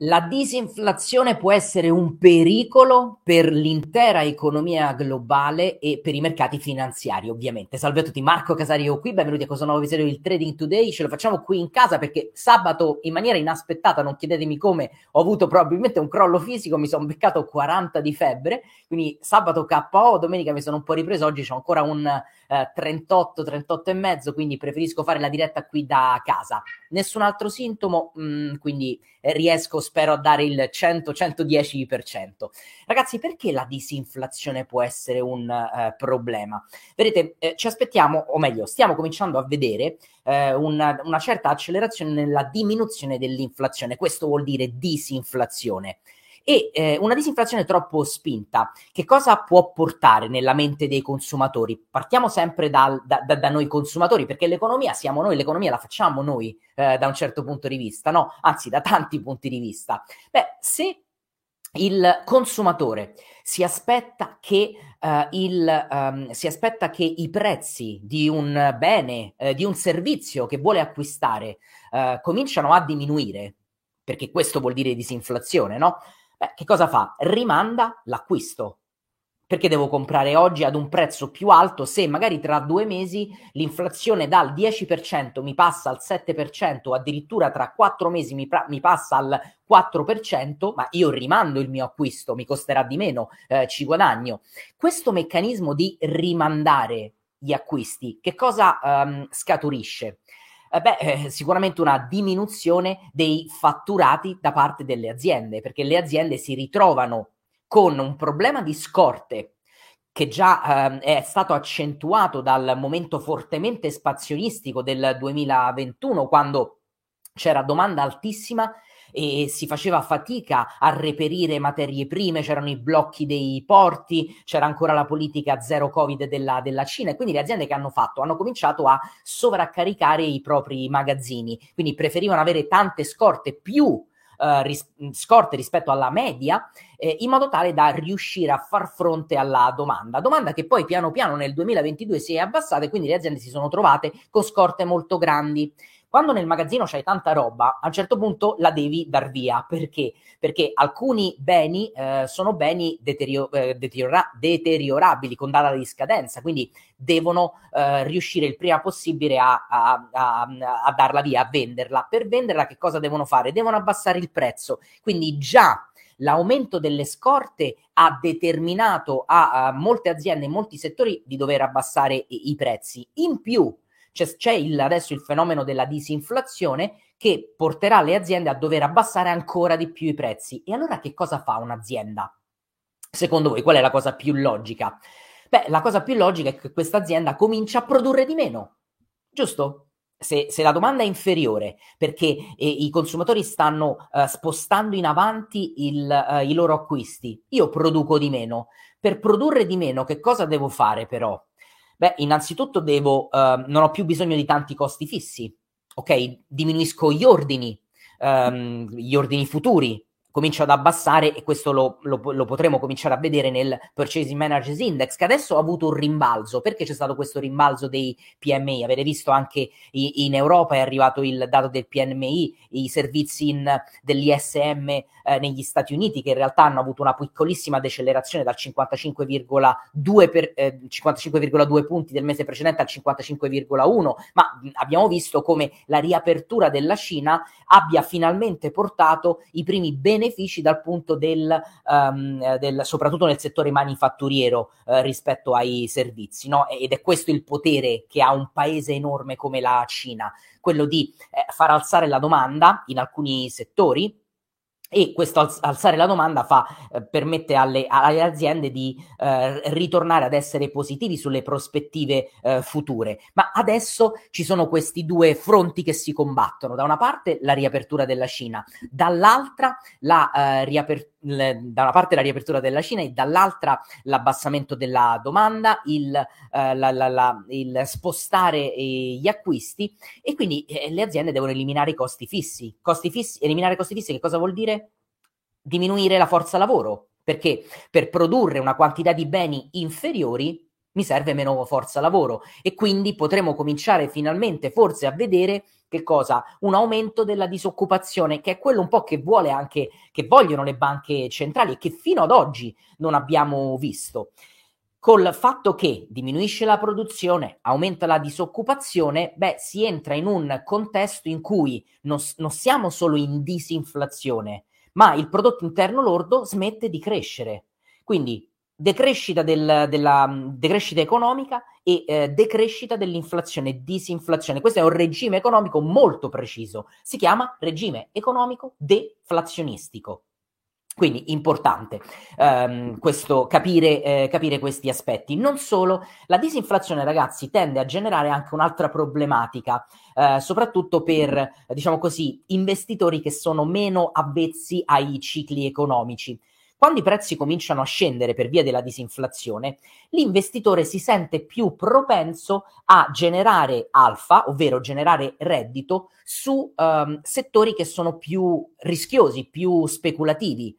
La disinflazione può essere un pericolo per l'intera economia globale e per i mercati finanziari, ovviamente. Salve a tutti, Marco Casario qui, benvenuti a questo nuovo episodio del Trading Today. Ce lo facciamo qui in casa perché sabato, in maniera inaspettata, non chiedetemi come, ho avuto probabilmente un crollo fisico, mi sono beccato 40 di febbre, quindi sabato KO, domenica mi sono un po' ripreso, oggi c'ho ancora un 38, 38 e mezzo, quindi preferisco fare la diretta qui da casa. Nessun altro sintomo, quindi riesco, spero, a dare il 100-110%. Ragazzi, perché la disinflazione può essere un problema? Vedete, ci aspettiamo, o meglio, stiamo cominciando a vedere una certa accelerazione nella diminuzione dell'inflazione. Questo vuol dire disinflazione. E una disinflazione troppo spinta, che cosa può portare nella mente dei consumatori? Partiamo sempre da noi consumatori, perché l'economia siamo noi, l'economia la facciamo noi da un certo punto di vista, no? Anzi, da tanti punti di vista. Beh, se il consumatore si aspetta che i prezzi di un bene, di un servizio che vuole acquistare cominciano a diminuire, perché questo vuol dire disinflazione, no? Beh, che cosa fa? Rimanda l'acquisto. Perché devo comprare oggi ad un prezzo più alto se magari tra 2 mesi l'inflazione dal 10% mi passa al 7% o addirittura tra 4 mesi mi passa al 4%, ma io rimando il mio acquisto, mi costerà di meno, ci guadagno. Questo meccanismo di rimandare gli acquisti, che cosa scaturisce? Sicuramente una diminuzione dei fatturati da parte delle aziende, perché le aziende si ritrovano con un problema di scorte che già è stato accentuato dal momento fortemente espansionistico del 2021, quando c'era domanda altissima e si faceva fatica a reperire materie prime, c'erano i blocchi dei porti, c'era ancora la politica zero Covid della Cina, e quindi le aziende che hanno fatto? Hanno cominciato a sovraccaricare i propri magazzini, quindi preferivano avere tante scorte, più scorte rispetto alla media, in modo tale da riuscire a far fronte alla domanda che poi piano piano nel 2022 si è abbassata e quindi le aziende si sono trovate con scorte molto grandi. Quando nel magazzino c'hai tanta roba, a un certo punto la devi dar via. Perché? Perché alcuni beni sono beni deteriorabili con data di scadenza, quindi devono riuscire il prima possibile a darla via, a venderla. Per venderla che cosa devono fare? Devono abbassare il prezzo. Quindi già l'aumento delle scorte ha determinato a molte aziende in molti settori di dover abbassare i prezzi. In più c'è adesso il fenomeno della disinflazione che porterà le aziende a dover abbassare ancora di più i prezzi. E allora che cosa fa un'azienda? Secondo voi qual è la cosa più logica? Beh, la cosa più logica è che questa azienda comincia a produrre di meno, giusto? Se la domanda è inferiore perché i consumatori stanno spostando in avanti i loro acquisti, io produco di meno. Per produrre di meno, che cosa devo fare però? Beh, innanzitutto non ho più bisogno di tanti costi fissi, ok? Diminuisco gli ordini futuri, comincio ad abbassare, e questo lo potremo cominciare a vedere nel Purchasing Managers Index, che adesso ha avuto un rimbalzo. Perché c'è stato questo rimbalzo dei PMI? Avete visto anche in Europa è arrivato il dato del PMI, i servizi dell'ISM negli Stati Uniti, che in realtà hanno avuto una piccolissima decelerazione dal 55,2 punti del mese precedente al 55,1, ma abbiamo visto come la riapertura della Cina abbia finalmente portato i primi benefici dal punto soprattutto nel settore manifatturiero rispetto ai servizi, no? Ed è questo il potere che ha un paese enorme come la Cina, quello di far alzare la domanda in alcuni settori. E questo alzare la domanda permette alle aziende di ritornare ad essere positivi sulle prospettive future. Ma adesso ci sono questi due fronti che si combattono: da una parte la riapertura della Cina, dall'altra da una parte la riapertura della Cina e dall'altra l'abbassamento della domanda, il spostare gli acquisti, e quindi le aziende devono eliminare i costi fissi. Eliminare costi fissi che cosa vuol dire? Diminuire la forza lavoro, perché per produrre una quantità di beni inferiori mi serve meno forza lavoro, e quindi potremo cominciare finalmente forse a vedere che cosa? Un aumento della disoccupazione, che è quello un po' che vogliono le banche centrali e che fino ad oggi non abbiamo visto. Col fatto che diminuisce la produzione, aumenta la disoccupazione, si entra in un contesto in cui non siamo solo in disinflazione, ma il prodotto interno lordo smette di crescere. Quindi decrescita economica e decrescita dell'inflazione, disinflazione. Questo è un regime economico molto preciso, si chiama regime economico deflazionistico. Quindi importante questo capire questi aspetti. Non solo, la disinflazione, ragazzi, tende a generare anche un'altra problematica, soprattutto per, diciamo così, investitori che sono meno avvezzi ai cicli economici. Quando i prezzi cominciano a scendere per via della disinflazione, l'investitore si sente più propenso a generare alfa, ovvero generare reddito, su settori che sono più rischiosi, più speculativi.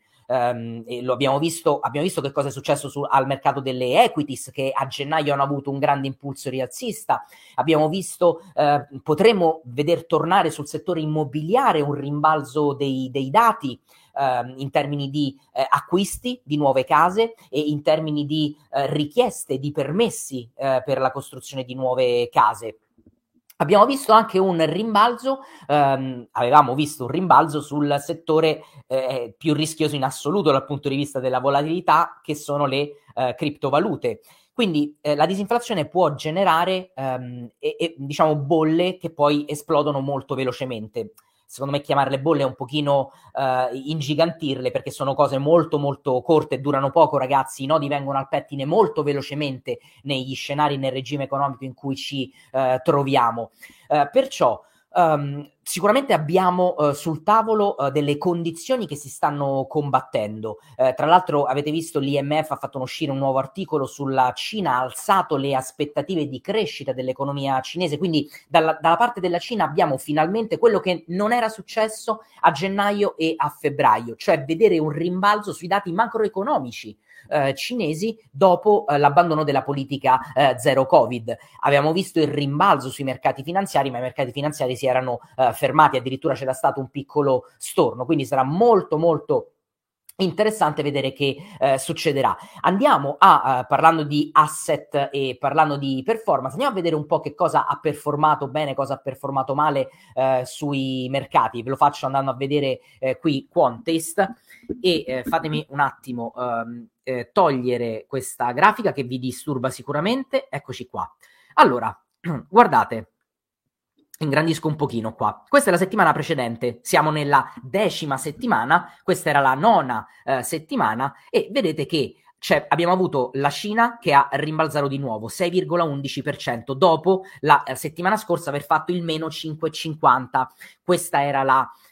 E lo abbiamo visto che cosa è successo al mercato delle equities, che a gennaio hanno avuto un grande impulso rialzista. Abbiamo visto, potremo veder tornare sul settore immobiliare un rimbalzo dei dati in termini di acquisti di nuove case e in termini di richieste di permessi per la costruzione di nuove case. Abbiamo visto anche un rimbalzo, avevamo visto un rimbalzo sul settore più rischioso in assoluto dal punto di vista della volatilità, che sono le criptovalute. Quindi la disinflazione può generare diciamo bolle che poi esplodono molto velocemente. Secondo me chiamarle bolle è un pochino ingigantirle, perché sono cose molto molto corte, durano poco, ragazzi. I nodi vengono al pettine molto velocemente negli scenari, nel regime economico in cui ci troviamo. Perciò sicuramente abbiamo sul tavolo delle condizioni che si stanno combattendo. Tra l'altro avete visto, l'IMF ha fatto uscire un nuovo articolo sulla Cina, ha alzato le aspettative di crescita dell'economia cinese, quindi dalla parte della Cina abbiamo finalmente quello che non era successo a gennaio e a febbraio, cioè vedere un rimbalzo sui dati macroeconomici cinesi dopo l'abbandono della politica zero Covid. Abbiamo visto il rimbalzo sui mercati finanziari, ma i mercati finanziari si erano fermati, addirittura c'era stato un piccolo storno, quindi sarà molto molto interessante vedere che succederà. Andiamo parlando di asset e parlando di performance, andiamo a vedere un po' che cosa ha performato bene, cosa ha performato male sui mercati. Ve lo faccio andando a vedere qui Quantest e fatemi un attimo togliere questa grafica che vi disturba sicuramente. Eccoci qua. Allora, guardate, ingrandisco un pochino qua. Questa è la settimana precedente, siamo nella 10ª settimana, questa era la 9ª settimana, e vedete che abbiamo avuto la Cina che ha rimbalzato di nuovo 6,11% dopo la settimana scorsa aver fatto il meno 5,50. Questa era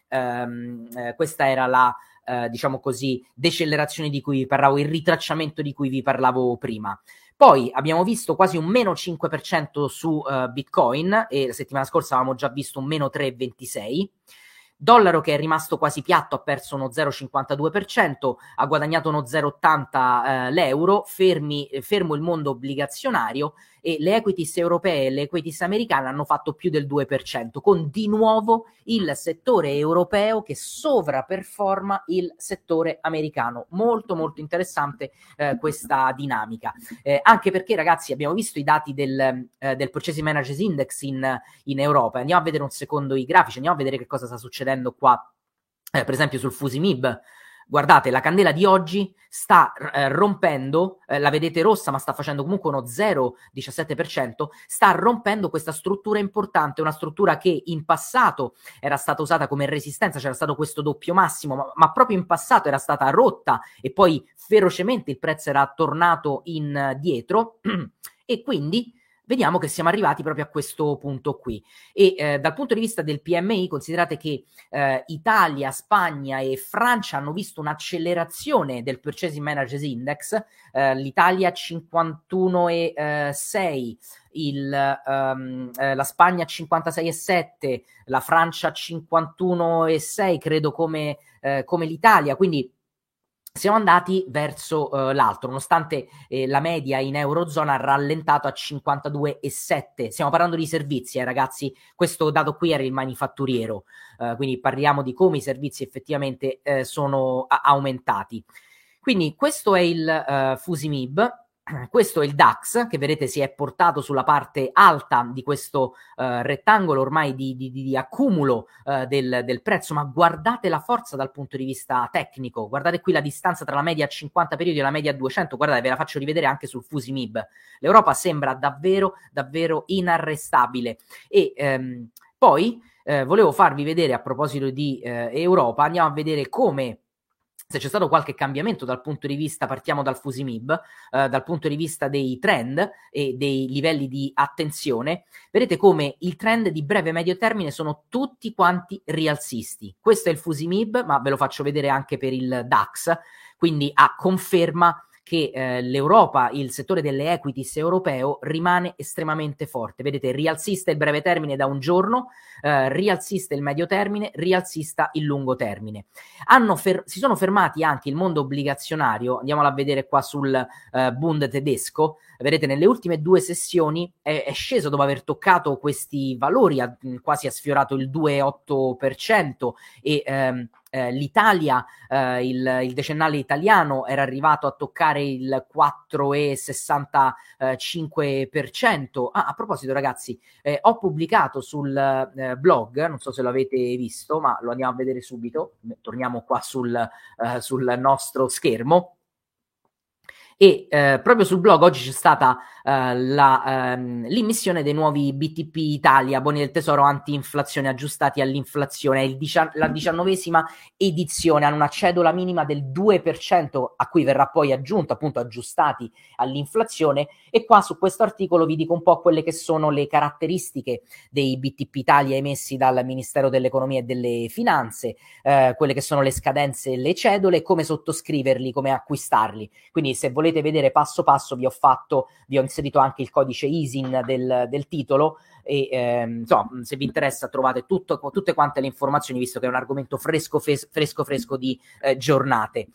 la diciamo così, decelerazione di cui vi parlavo, il ritracciamento di cui vi parlavo prima. Poi abbiamo visto quasi un meno 5% su Bitcoin, e la settimana scorsa avevamo già visto un meno 3,26%. Dollaro che è rimasto quasi piatto, ha perso uno 0,52%, ha guadagnato uno 0,80 l'euro, fermo il mondo obbligazionario, e le equities europee e le equities americane hanno fatto più del 2%, con di nuovo il settore europeo che sovraperforma il settore americano. Molto molto interessante questa dinamica, anche perché, ragazzi, abbiamo visto i dati del Purchasing Managers Index in Europa. Andiamo a vedere un secondo i grafici, andiamo a vedere che cosa sta succedendo qua, per esempio sul Fusimib. Guardate, la candela di oggi sta rompendo, la vedete rossa ma sta facendo comunque uno 0,17%, sta rompendo questa struttura importante, una struttura che in passato era stata usata come resistenza, c'era stato questo doppio massimo, ma proprio in passato era stata rotta e poi ferocemente il prezzo era tornato indietro e quindi vediamo che siamo arrivati proprio a questo punto qui. E dal punto di vista del PMI, considerate che Italia, Spagna e Francia hanno visto un'accelerazione del Purchasing Managers Index, l'Italia 51,6, la Spagna 56,7, la Francia 51,6, credo come l'Italia, quindi siamo andati verso l'altro, nonostante la media in Eurozona ha rallentato a 52,7. Stiamo parlando di servizi, ragazzi. Questo dato qui era il manifatturiero, quindi parliamo di come i servizi effettivamente sono aumentati. Quindi questo è il Fusimib. Questo è il DAX, che vedete si è portato sulla parte alta di questo rettangolo ormai di accumulo del prezzo, ma guardate la forza dal punto di vista tecnico, guardate qui la distanza tra la media a 50 periodi e la media a 200, guardate, ve la faccio rivedere anche sul Fusimib. L'Europa sembra davvero, davvero inarrestabile. E poi volevo farvi vedere, a proposito di Europa, andiamo a vedere come se c'è stato qualche cambiamento dal punto di vista, partiamo dal Fusimib, dal punto di vista dei trend e dei livelli di attenzione, vedete come il trend di breve e medio termine sono tutti quanti rialzisti. Questo è il Fusimib, ma ve lo faccio vedere anche per il DAX, quindi a conferma che l'Europa, il settore delle equities europeo rimane estremamente forte. Vedete, rialzista il breve termine da un giorno, rialzista il medio termine, rialzista il lungo termine. Si sono fermati anche il mondo obbligazionario, andiamolo a vedere qua sul Bund tedesco, vedete nelle ultime 2 sessioni è sceso dopo aver toccato questi valori, quasi ha sfiorato il 2,8% e l'Italia, il decennale italiano era arrivato a toccare il 4,65%. A proposito ragazzi, ho pubblicato sul blog, non so se lo avete visto, ma lo andiamo a vedere subito, torniamo qua sul nostro schermo. E proprio sul blog oggi c'è stata l'immissione dei nuovi BTP Italia, buoni del tesoro anti-inflazione aggiustati all'inflazione, è la 19ª edizione, hanno una cedola minima del 2% a cui verrà poi aggiunto appunto aggiustati all'inflazione. E qua su questo articolo vi dico un po' quelle che sono le caratteristiche dei BTP Italia emessi dal Ministero dell'Economia e delle Finanze, quelle che sono le scadenze e le cedole, come sottoscriverli, come acquistarli. Quindi se volete vedere passo passo vi ho inserito anche il codice ISIN del titolo e insomma, se vi interessa trovate tutte quante le informazioni, visto che è un argomento fresco di giornate.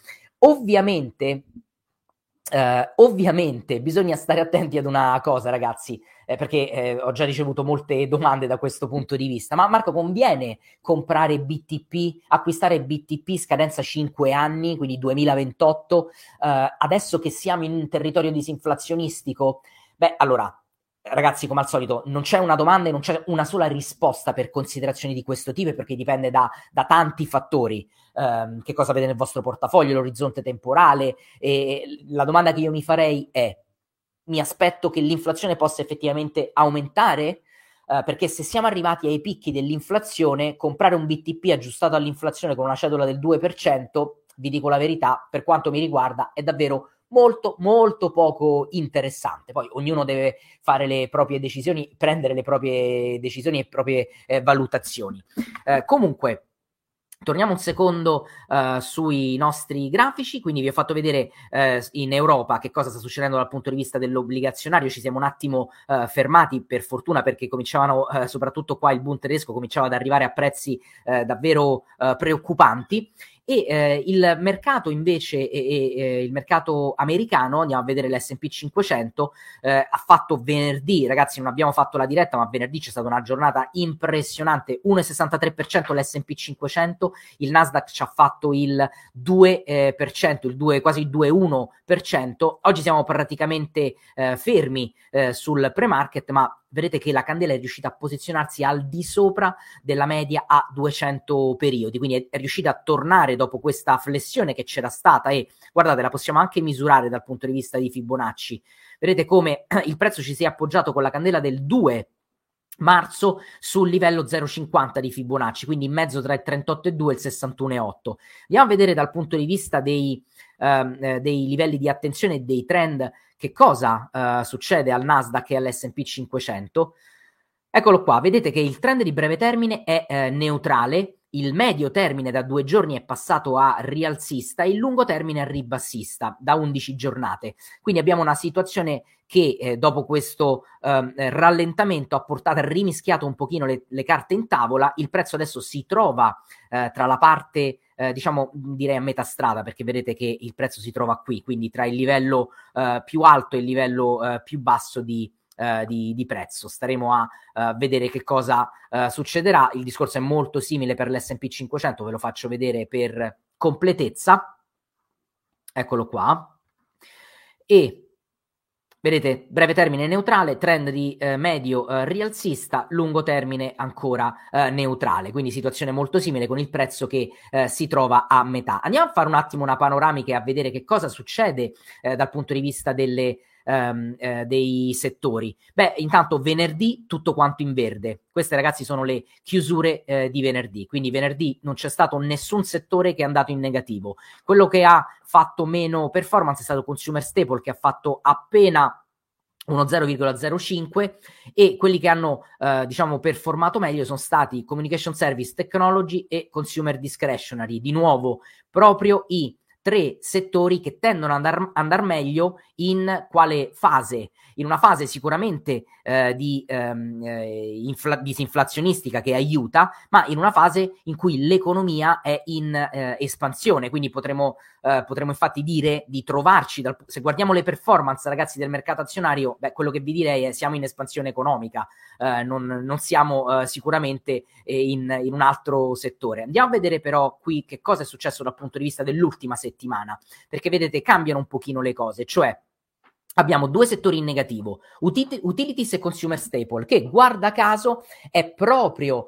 Ovviamente bisogna stare attenti ad una cosa, ragazzi, perché ho già ricevuto molte domande da questo punto di vista. Ma Marco, conviene comprare BTP, acquistare BTP scadenza 5 anni, quindi 2028, adesso che siamo in un territorio disinflazionistico? Beh, allora, ragazzi, come al solito, non c'è una domanda e non c'è una sola risposta per considerazioni di questo tipo, perché dipende da tanti fattori. Che cosa vede nel vostro portafoglio, l'orizzonte temporale, e la domanda che io mi farei è: mi aspetto che l'inflazione possa effettivamente aumentare? Perché se siamo arrivati ai picchi dell'inflazione, comprare un BTP aggiustato all'inflazione con una cedola del 2%, vi dico la verità, per quanto mi riguarda, è davvero molto molto poco interessante. Poi ognuno deve fare le proprie decisioni, prendere le proprie decisioni e proprie valutazioni. Comunque, torniamo un secondo sui nostri grafici, quindi vi ho fatto vedere in Europa che cosa sta succedendo dal punto di vista dell'obbligazionario. Ci siamo un attimo fermati, per fortuna, perché cominciavano, soprattutto qua il Bund tedesco, cominciava ad arrivare a prezzi davvero preoccupanti. E il mercato invece, il mercato americano, andiamo a vedere l'S&P 500, ha fatto venerdì, ragazzi non abbiamo fatto la diretta, ma venerdì c'è stata una giornata impressionante, 1,63% l'S&P 500, il Nasdaq ci ha fatto il 2%, quasi il 2,1%, oggi siamo praticamente fermi sul pre-market, ma vedete che la candela è riuscita a posizionarsi al di sopra della media a 200 periodi, quindi è riuscita a tornare dopo questa flessione che c'era stata, e guardate, la possiamo anche misurare dal punto di vista di Fibonacci. Vedete come il prezzo ci si è appoggiato con la candela del 2 marzo sul livello 0,50 di Fibonacci, quindi in mezzo tra il 38,2 e il 61,8. Andiamo a vedere dal punto di vista dei livelli di attenzione e dei trend che cosa succede al Nasdaq e all'S&P 500. Eccolo qua, vedete che il trend di breve termine è neutrale il medio termine da 2 giorni è passato a rialzista, il lungo termine a ribassista da 11 giornate. Quindi abbiamo una situazione che dopo questo rallentamento ha rimischiato un pochino le carte in tavola. Il prezzo adesso si trova tra la parte, diciamo, direi a metà strada, perché vedete che il prezzo si trova qui, quindi tra il livello più alto e il livello più basso di prezzo. Staremo a vedere che cosa succederà. Il discorso è molto simile per l'S&P 500, ve lo faccio vedere per completezza. Eccolo qua. E vedete, breve termine neutrale, trend di medio rialzista, lungo termine ancora neutrale, quindi situazione molto simile con il prezzo che si trova a metà. Andiamo a fare un attimo una panoramica e a vedere che cosa succede dal punto di vista dei settori. Beh, intanto venerdì tutto quanto in verde. Queste, ragazzi, sono le chiusure di venerdì, quindi venerdì non c'è stato nessun settore che è andato in negativo. Quello che ha fatto meno performance è stato consumer staple, che ha fatto appena uno 0,05, e quelli che hanno diciamo performato meglio sono stati communication service, technology e consumer discretionary. Di nuovo proprio i 3 settori che tendono ad andar meglio in quale fase? In una fase sicuramente disinflazionistica, che aiuta, ma in una fase in cui l'economia è in espansione, quindi potremo infatti dire di trovarci, se guardiamo le performance, ragazzi, del mercato azionario, beh, quello che vi direi è siamo in espansione economica, non siamo sicuramente in un altro settore. Andiamo a vedere però qui che cosa è successo dal punto di vista dell'ultima settimana, perché vedete cambiano un pochino le cose, cioè abbiamo 2 settori in negativo, utilities e consumer staple, che guarda caso è proprio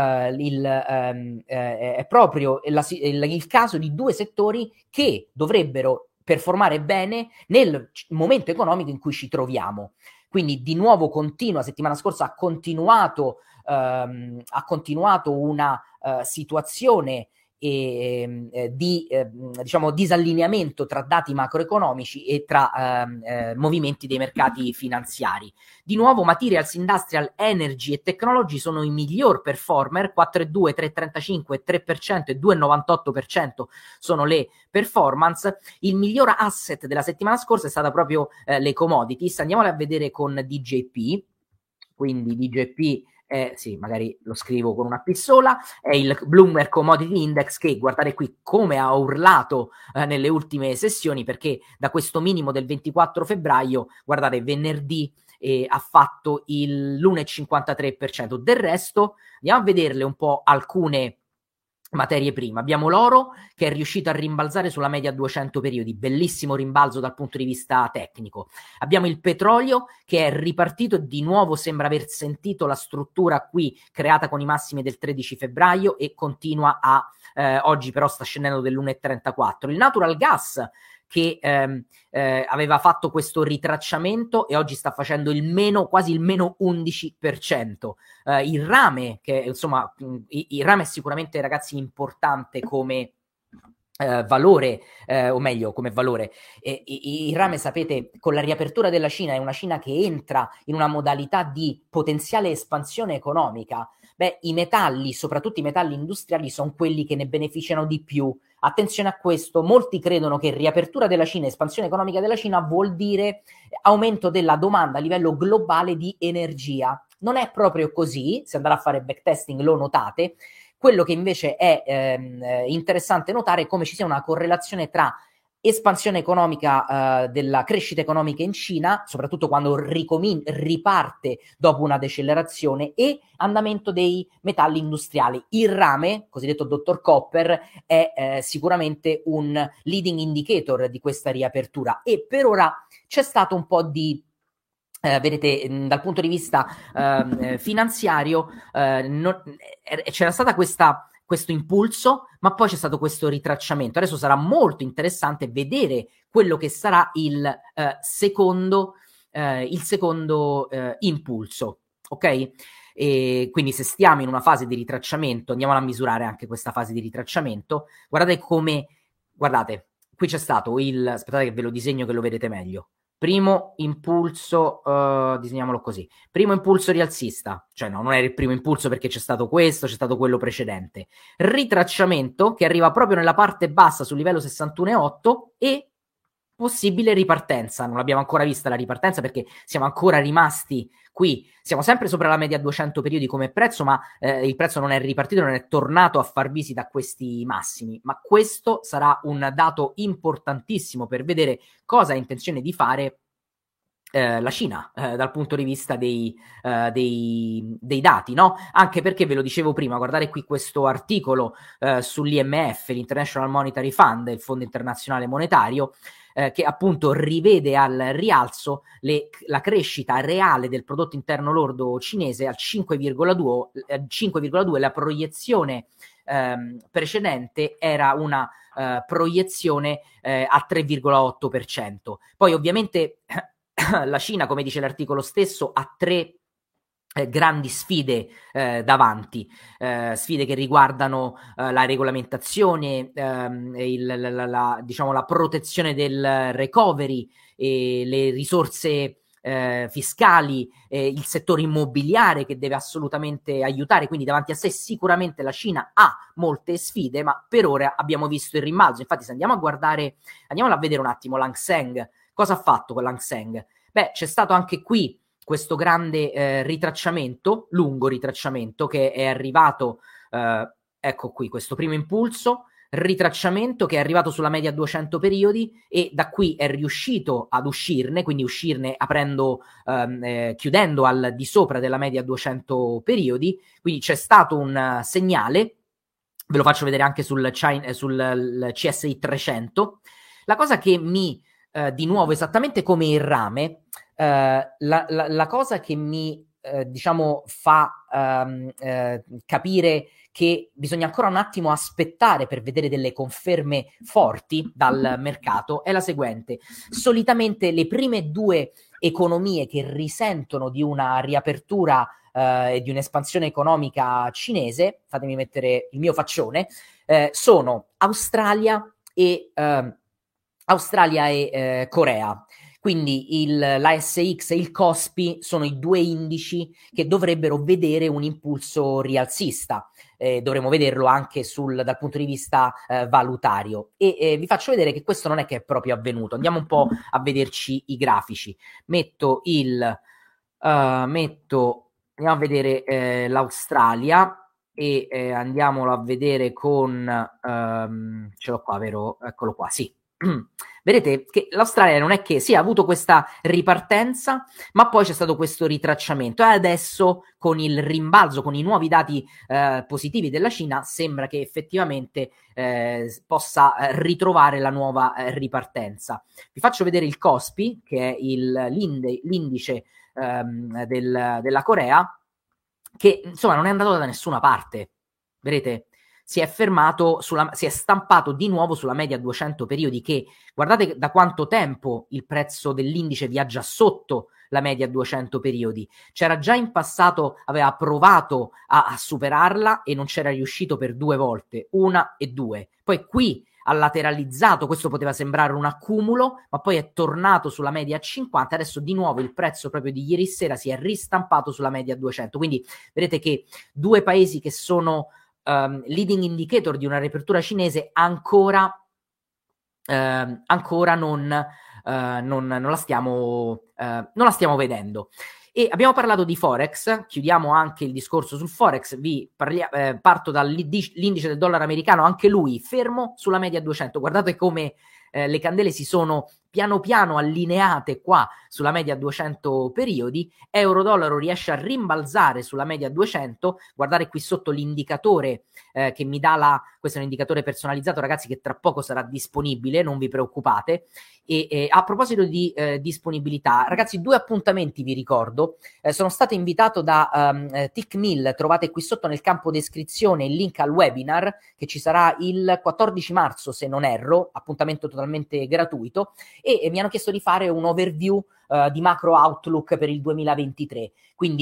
il caso di 2 settori che dovrebbero performare bene nel momento economico in cui ci troviamo. Quindi di nuovo settimana scorsa ha continuato una situazione di diciamo disallineamento tra dati macroeconomici e tra movimenti dei mercati finanziari. Di nuovo materials, industrial, energy e technology sono i miglior performer, 4,2, 3,35, 3% e 2,98% sono le performance. Il miglior asset della settimana scorsa è stata proprio le commodities. Andiamole a vedere con DJP. Quindi DJP sì, magari lo scrivo con una P sola, è il Bloomberg Commodity Index, che guardate qui come ha urlato nelle ultime sessioni, perché da questo minimo del 24 febbraio, guardate, venerdì ha fatto l'1,53%. Del resto andiamo a vederle un po' alcune materie prime. Abbiamo l'oro, che è riuscito a rimbalzare sulla media 200 periodi, bellissimo rimbalzo dal punto di vista tecnico. Abbiamo il petrolio, che è ripartito, di nuovo sembra aver sentito la struttura qui creata con i massimi del 13 febbraio e continua oggi però sta scendendo dell'1,34. Il natural gas, che aveva fatto questo ritracciamento e oggi sta facendo quasi il meno 11%. Il rame, che insomma il rame è sicuramente, ragazzi, importante come valore, o meglio come valore. Il rame, sapete, con la riapertura della Cina, è una Cina che entra in una modalità di potenziale espansione economica. Beh, i metalli, soprattutto i metalli industriali, sono quelli che ne beneficiano di più. Attenzione a questo, molti credono che riapertura della Cina, espansione economica della Cina vuol dire aumento della domanda a livello globale di energia. Non è proprio così, se andate a fare backtesting lo notate. Quello che invece è interessante notare è come ci sia una correlazione tra espansione economica della crescita economica in Cina, soprattutto quando riparte dopo una decelerazione, e andamento dei metalli industriali. Il rame, cosiddetto Dr. Copper, è sicuramente un leading indicator di questa riapertura, e per ora c'è stato un po' di vedete, dal punto di vista finanziario c'era stata questo impulso, ma poi c'è stato questo ritracciamento. Adesso sarà molto interessante vedere quello che sarà il secondo impulso, ok? E quindi se stiamo in una fase di ritracciamento, andiamo a misurare anche questa fase di ritracciamento. Guardate, qui c'è stato aspettate che ve lo disegno, che lo vedete meglio. Primo impulso, disegniamolo così, primo impulso rialzista, cioè no, non era il primo impulso perché c'è stato questo, c'è stato quello precedente, ritracciamento che arriva proprio nella parte bassa sul livello 61,8 e possibile ripartenza. Non l'abbiamo ancora vista la ripartenza perché siamo ancora rimasti qui, siamo sempre sopra la media 200 periodi come prezzo, ma il prezzo non è ripartito, non è tornato a far visita a questi massimi, ma questo sarà un dato importantissimo per vedere cosa ha intenzione di fare la Cina dal punto di vista dei dati, no? Anche perché ve lo dicevo prima, guardate qui questo articolo sull'IMF, l'International Monetary Fund, il Fondo Internazionale Monetario, che appunto rivede al rialzo la crescita reale del prodotto interno lordo cinese al 5,2, la proiezione precedente era una proiezione a 3,8%. Poi ovviamente la Cina, come dice l'articolo stesso, ha tre grandi sfide davanti, sfide che riguardano la regolamentazione, diciamo, la protezione del recovery, le risorse fiscali, il settore immobiliare che deve assolutamente aiutare, quindi davanti a sé sicuramente la Cina ha molte sfide, ma per ora abbiamo visto il rimbalzo. Infatti se andiamo a vedere un attimo l'Hang Seng, cosa ha fatto con l'Hang Seng? Beh, c'è stato anche qui questo grande ritracciamento, lungo ritracciamento, che è arrivato, ecco qui, questo primo impulso, ritracciamento che è arrivato sulla media 200 periodi e da qui è riuscito ad uscirne, quindi uscirne chiudendo al di sopra della media 200 periodi, quindi c'è stato un segnale, ve lo faccio vedere anche sul CSI 300. La cosa che di nuovo, esattamente come il rame, la cosa che mi diciamo fa capire che bisogna ancora un attimo aspettare per vedere delle conferme forti dal mercato è la seguente. Solitamente le prime due economie che risentono di una riapertura e di un'espansione economica cinese, fatemi mettere il mio faccione, sono Australia e Corea. Quindi l'ASX e il Kospi sono i due indici che dovrebbero vedere un impulso rialzista. Dovremmo vederlo anche dal punto di vista valutario. E vi faccio vedere che questo non è che è proprio avvenuto. Andiamo un po' a vederci i grafici. Andiamo a vedere l'Australia e andiamolo a vedere ce l'ho qua, vero? Eccolo qua, sì. Vedete che l'Australia non è che ha avuto questa ripartenza, ma poi c'è stato questo ritracciamento e adesso con il rimbalzo, con i nuovi dati positivi della Cina, sembra che effettivamente possa ritrovare la nuova ripartenza. Vi faccio vedere il Kospi, che è l'indice della Corea, che insomma non è andato da nessuna parte. Vedete? Si è fermato, si è stampato di nuovo sulla media 200 periodi che, guardate da quanto tempo il prezzo dell'indice viaggia sotto la media 200 periodi. C'era già in passato, aveva provato a superarla e non c'era riuscito per due volte, una e due. Poi qui ha lateralizzato, questo poteva sembrare un accumulo, ma poi è tornato sulla media 50, adesso di nuovo il prezzo proprio di ieri sera si è ristampato sulla media 200. Quindi vedete che due paesi che sono leading indicator di una riapertura cinese ancora non la stiamo vedendo. E abbiamo parlato di Forex, chiudiamo anche il discorso sul Forex, parto dall'indice del dollaro americano, anche lui fermo sulla media 200. Guardate come le candele si sono piano piano allineate qua sulla media 200 periodi, euro-dollaro riesce a rimbalzare sulla media 200, guardate qui sotto l'indicatore che mi dà questo è un indicatore personalizzato ragazzi che tra poco sarà disponibile, non vi preoccupate. E a proposito di disponibilità, ragazzi, due appuntamenti vi ricordo, sono stato invitato da TickMill, trovate qui sotto nel campo descrizione il link al webinar che ci sarà il 14 marzo se non erro, appuntamento totalmente gratuito e mi hanno chiesto di fare un overview di macro outlook per il 2023, quindi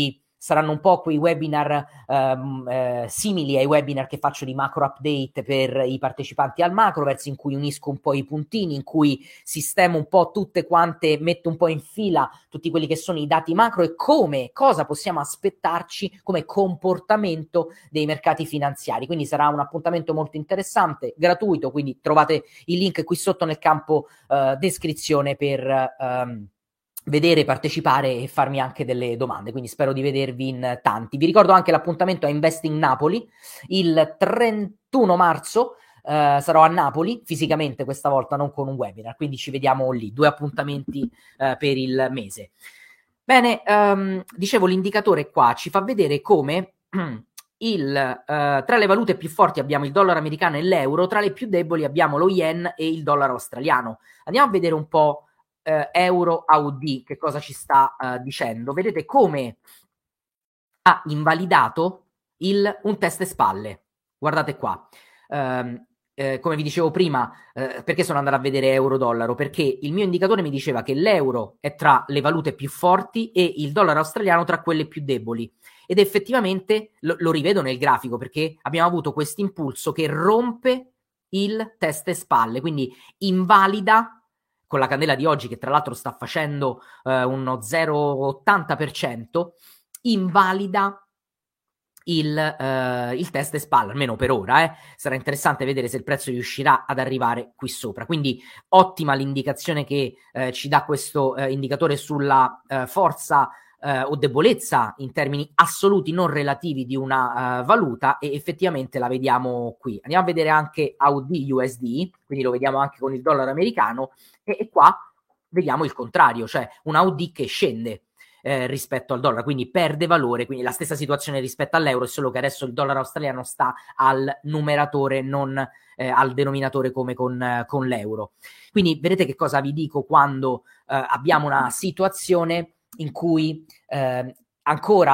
saranno un po' quei webinar simili ai webinar che faccio di macro update per i partecipanti al Macroverse, in cui unisco un po' i puntini, in cui sistemo un po' tutte quante, metto un po' in fila tutti quelli che sono i dati macro e cosa possiamo aspettarci come comportamento dei mercati finanziari. Quindi sarà un appuntamento molto interessante, gratuito, quindi trovate il link qui sotto nel campo descrizione per vedere, partecipare e farmi anche delle domande, quindi spero di vedervi in tanti. Vi ricordo anche l'appuntamento a Investing Napoli il 31 marzo. Sarò a Napoli fisicamente questa volta, non con un webinar, quindi ci vediamo lì, 2 appuntamenti per il mese. Bene, dicevo, l'indicatore qua ci fa vedere come tra le valute più forti abbiamo il dollaro americano e l'euro, tra le più deboli abbiamo lo yen e il dollaro australiano. Andiamo a vedere un po' euro AUD che cosa ci sta dicendo. Vedete come ha invalidato un test e spalle. Guardate qua. Come vi dicevo prima, perché sono andato a vedere euro-dollaro? Perché il mio indicatore mi diceva che l'euro è tra le valute più forti e il dollaro australiano tra quelle più deboli. Ed effettivamente lo rivedo nel grafico, perché abbiamo avuto questo impulso che rompe il test e spalle, quindi invalida con la candela di oggi, che tra l'altro sta facendo uno 0,80%, invalida il test e spalla, almeno per ora. Sarà interessante vedere se il prezzo riuscirà ad arrivare qui sopra. Quindi ottima l'indicazione che ci dà questo indicatore sulla forza o debolezza in termini assoluti, non relativi, di una valuta, e effettivamente la vediamo qui. Andiamo a vedere anche AUD USD, quindi lo vediamo anche con il dollaro americano, e qua vediamo il contrario, cioè un AUD che scende rispetto al dollaro, quindi perde valore, quindi la stessa situazione rispetto all'euro, solo che adesso il dollaro australiano sta al numeratore, non al denominatore come con l'euro. Quindi vedete che cosa vi dico quando abbiamo una situazione in cui ancora